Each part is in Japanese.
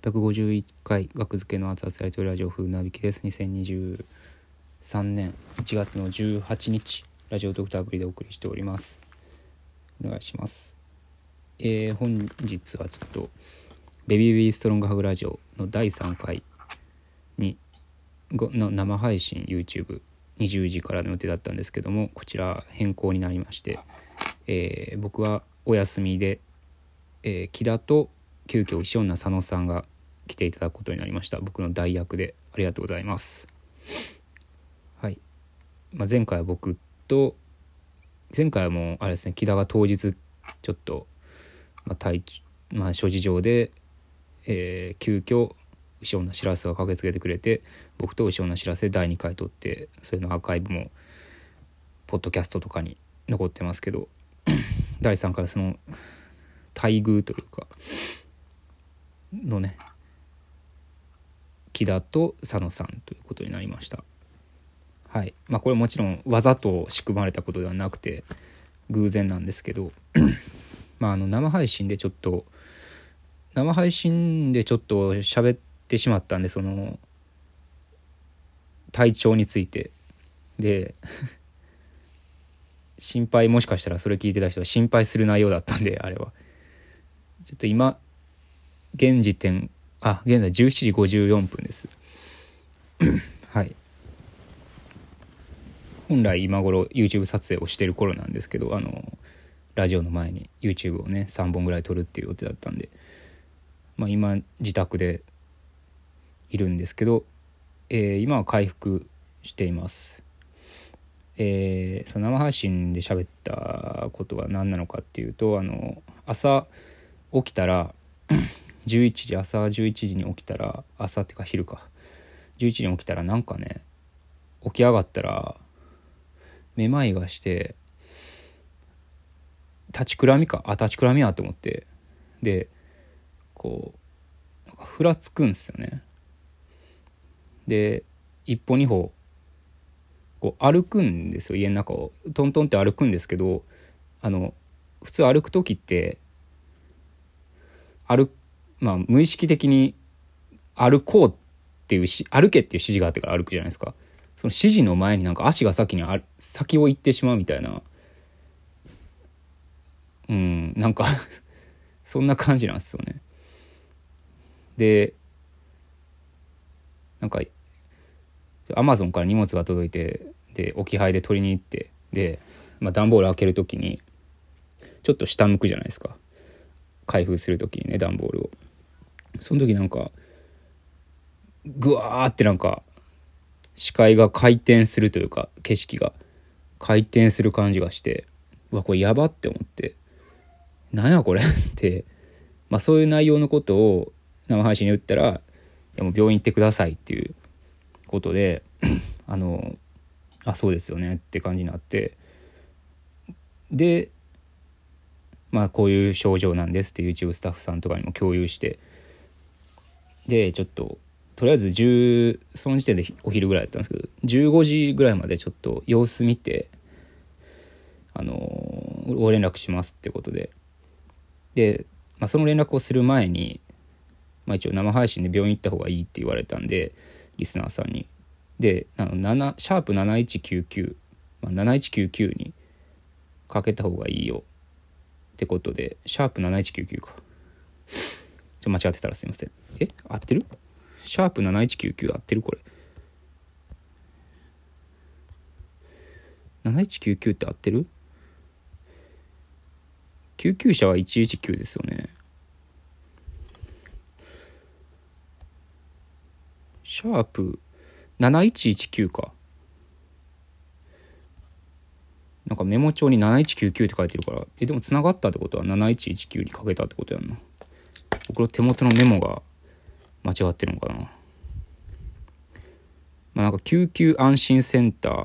851回学付けの熱々やりとりラジオ風なびきです。2023年1月の18日ラジオドクターアプリでお送りしております。お願いします。本日はちょっとベビーベビーストロングハグラジオの第3回の生配信 YouTube20 時からの予定だったんですけども、こちら変更になりまして、僕はお休みで、木田と急遽石女佐野さんが来ていただくことになりました。僕の代役でありがとうございます。はい、前回は僕と前回はもうあれですね、木田が当日ちょっと、諸事情で、急遽石女しらすが駆けつけてくれて、僕と石女しらすで第2回撮って、それのアーカイブもポッドキャストとかに残ってますけど第3回はその待遇というかのね、木田と佐野さんということになりました。はい、これもちろんわざと仕組まれたことではなくて偶然なんですけど生配信でちょっと喋ってしまったんで、その体調についてで心配、もしかしたらそれ聞いてた人は心配する内容だったんで、あれはちょっと今現在17時54分ですはい、本来今頃 YouTube 撮影をしてる頃なんですけど、ラジオの前に YouTube をね3本ぐらい撮るっていう予定だったんで、今自宅でいるんですけど、今は回復しています。その生配信で喋ったことが何なのかっていうと、朝起きたら朝11時に起きたら、朝っていうか昼か11時に起きたら、なんかね、起き上がったらめまいがして立ちくらみやと思って、でこうなんかふらつくんですよね。で一歩二歩こう歩くんですよ、家の中をトントンって歩くんですけど、普通歩く時って無意識的に歩こうっていう歩けっていう指示があってから歩くじゃないですか。その指示の前になんか足が先を行ってしまうみたいな、なんかそんな感じなんですよね。でなんかAmazon から荷物が届いて、で置き配で取りに行って、で、段ボール開けるときにちょっと下向くじゃないですか、開封するときにね、段ボールを。その時なんかグワーってなんか視界が回転するというか、景色が回転する感じがして、これやばって思って、なんやこれってそういう内容のことを生配信に言ったら、でも病院行ってくださいっていうことでそうですよねって感じになって、でこういう症状なんですって YouTube スタッフさんとかにも共有して、でちょっととりあえずその時点でお昼ぐらいだったんですけど、15時ぐらいまでちょっと様子見てご連絡しますってことで、その連絡をする前に、一応生配信で病院行った方がいいって言われたんで、リスナーさんにで#7199 7199にかけた方がいいよってことで、#7199か、間違ってたらすいません。合ってる#7199合ってる？これ7199って合ってる？救急車は119ですよね。#7119か。なんかメモ帳に7199って書いてるから、でも繋がったってことは7119にかけたってことやんな。僕の手元のメモが間違ってるのかな。なんか救急安心センタ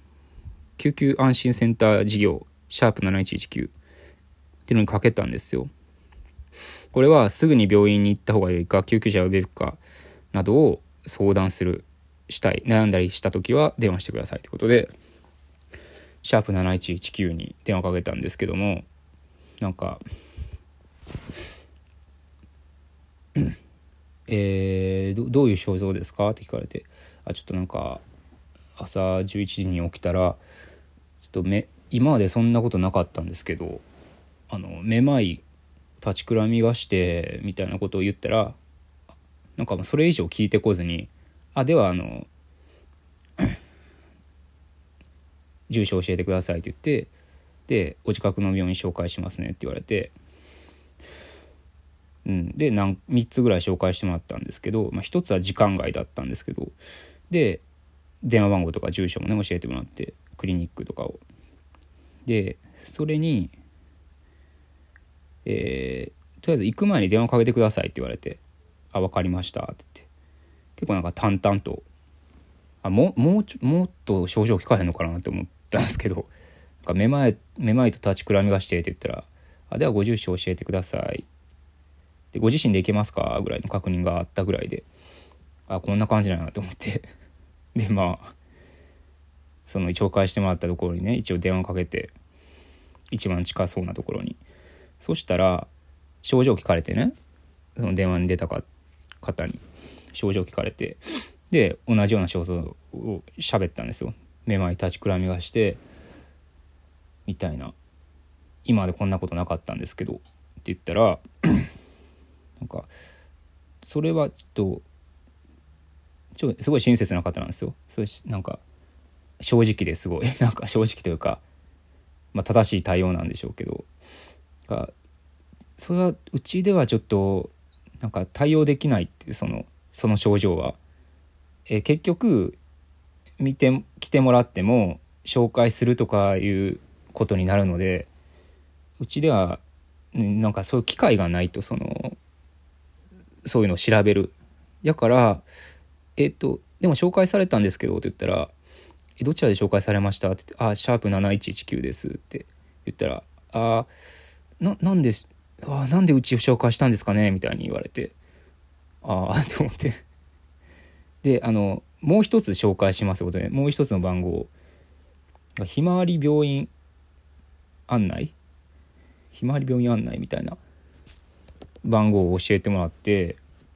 ー事業#7119っていうのにかけたんですよ。これはすぐに病院に行った方がいいか、救急車を呼べるかなどを相談したい、悩んだりした時は電話してくださいってことで#7119に電話かけたんですけども、なんかどういう症状ですかって聞かれて、ちょっとなんか朝11時に起きたらちょっと今までそんなことなかったんですけどめまい立ちくらみがしてみたいなことを言ったら、なんかそれ以上聞いてこずに、では住所教えてくださいって言って、でお近くの病院紹介しますねって言われて、で3つぐらい紹介してもらったんですけど、1つは時間外だったんですけど、で電話番号とか住所もね教えてもらって、クリニックとかを、でそれに、とりあえず行く前に電話かけてくださいって言われて、分かりましたって言って、結構なんか淡々と、もっと症状聞かへんのかなって思ったんですけど、なんかめまいと立ちくらみがしてって言ったら、ではご住所教えてください、でご自身で行けますかぐらいの確認があったぐらいで、こんな感じだなと思ってでその紹介してもらったところにね、一応電話かけて、一番近そうなところに、そしたら症状聞かれてね、その電話に出た方に症状聞かれて、で同じような症状を喋ったんですよ。めまい立ちくらみがしてみたいな、今までこんなことなかったんですけどって言ったらなんかそれはすごい親切な方なんですよ。なんか正直ですごいなんか正直というか、正しい対応なんでしょうけど、それはうちではちょっとなんか対応できないっていう、その症状は、結局来てもらっても紹介するとかいうことになるので、うちではなんかそういう機会がないと、そういうのを調べる。だからでも紹介されたんですけどって言ったら、どちらで紹介されましたって言って、シャープ7119ですって言ったら、なんでうちを紹介したんですかねみたいに言われて、と思ってでもう一つ紹介しますことで、もう一つの番号、ひまわり病院案内みたいな番号を教えてもらって、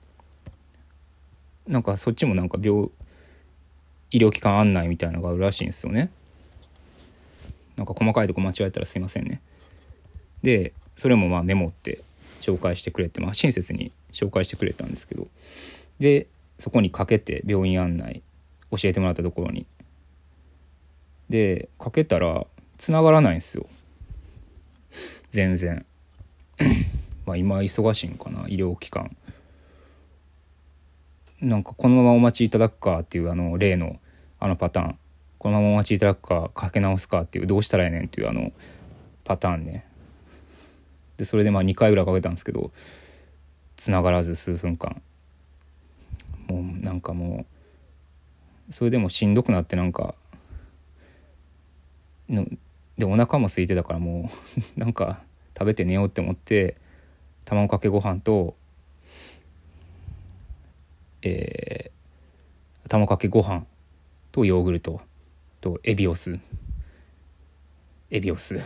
なんかそっちもなんか医療機関案内みたいなのがあるらしいんですよね。なんか細かいとこ間違えたらすいませんね。でそれもメモって紹介してくれて、親切に紹介してくれたんですけど、でそこにかけて病院案内教えてもらったところにでかけたら繋がらないんですよ、全然今忙しいんかな、医療機関。なんかこのままお待ちいただくかっていう例のパターン、このままお待ちいただくかかけ直すかっていう、どうしたらええねんっていうパターンね。でそれで2回ぐらいかけたんですけど繋がらず、数分間もうそれでもしんどくなって、でお腹も空いてたから、もうなんか食べて寝ようって思って、卵かけご飯と卵かけご飯とヨーグルトとエビオス10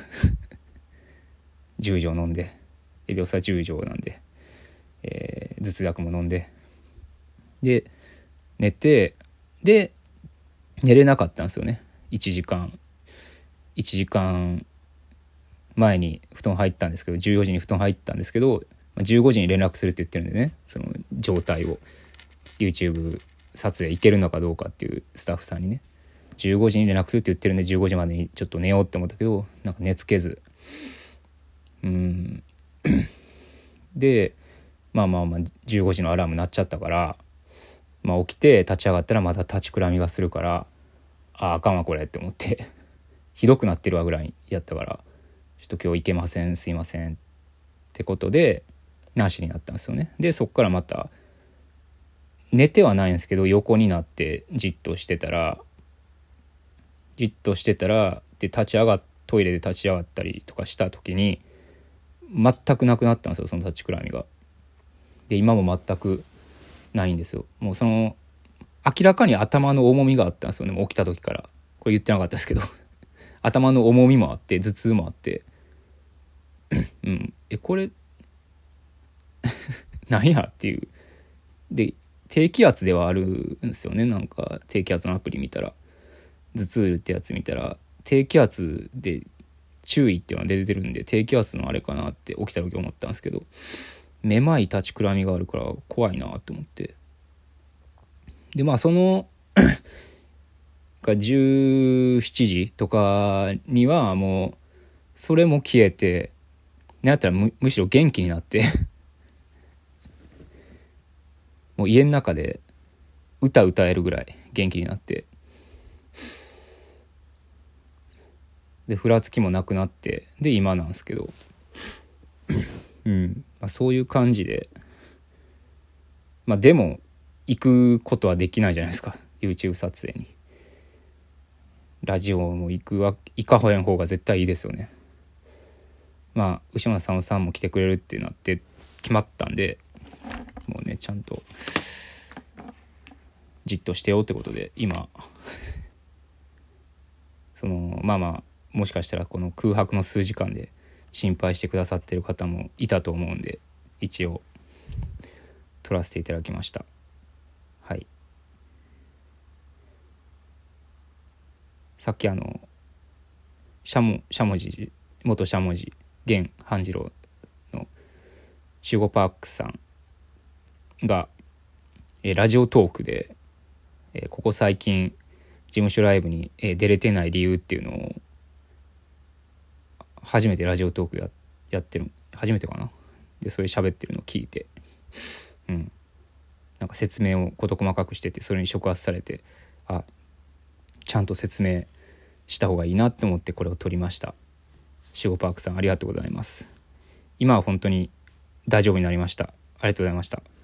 錠飲んで、エビオスは10錠なんで、頭痛薬も飲んで、で寝て、で寝れなかったんですよね。1時間前に布団入ったんですけど、14時に布団入ったんですけど、15時に連絡するって言ってるんでね、その状態を YouTube 撮影いけるのかどうかっていうスタッフさんにね、15時に連絡するって言ってるんで15時までにちょっと寝ようって思ったけど、なんか寝つけず、で15時のアラーム鳴っちゃったから、起きて立ち上がったらまた立ちくらみがするから、あかんわこれって思ってひどくなってるわぐらいやったから、ちょっと今日行けません、すいませんってことでなしになったんですよね。でそっからまた寝てはないんですけど、横になってじっとしてたらでトイレで立ち上がったりとかした時に全くなくなったんですよ、その立ちくらみが。で今も全くないんですよ。もう明らかに頭の重みがあったんですよね、もう起きた時から。これ言ってなかったですけど頭の重みもあって頭痛もあってこれなんやっていうで低気圧ではあるんですよね。なんか低気圧のアプリ見たら、頭痛ってやつ見たら低気圧で注意っていうのが出てるんで、低気圧のあれかなって起きた時思ったんですけど、めまい立ちくらみがあるから怖いなと思って、でまあその17時とかにはもうそれも消えて、なんやったら むしろ元気になってもう家の中で歌えるぐらい元気になって、でふらつきもなくなって、で今なんですけどまあ、そういう感じで、まあでも行くことはできないじゃないですか、 YouTube 撮影に。ラジオも行かへん方が絶対いいですよね。まあ牛本佐野さんも来てくれるってなって決まったんで、もうねちゃんとじっとしてよってことで、今そのまあもしかしたらこの空白の数時間で心配してくださってる方もいたと思うんで、一応撮らせていただきました。はい。さっきしゃもじ元しゃもじ現半次郎のシュゴパークさんが、ラジオトークで、ここ最近事務所ライブに、出れてない理由っていうのを初めてラジオトークやってる、初めてかな。でそれ喋ってるのを聞いて、なんか説明を事細かくしてて、それに触発されて、ちゃんと説明した方がいいなって思ってこれを撮りました。シュゴパークさんありがとうございます。今は本当に大丈夫になりました。ありがとうございました。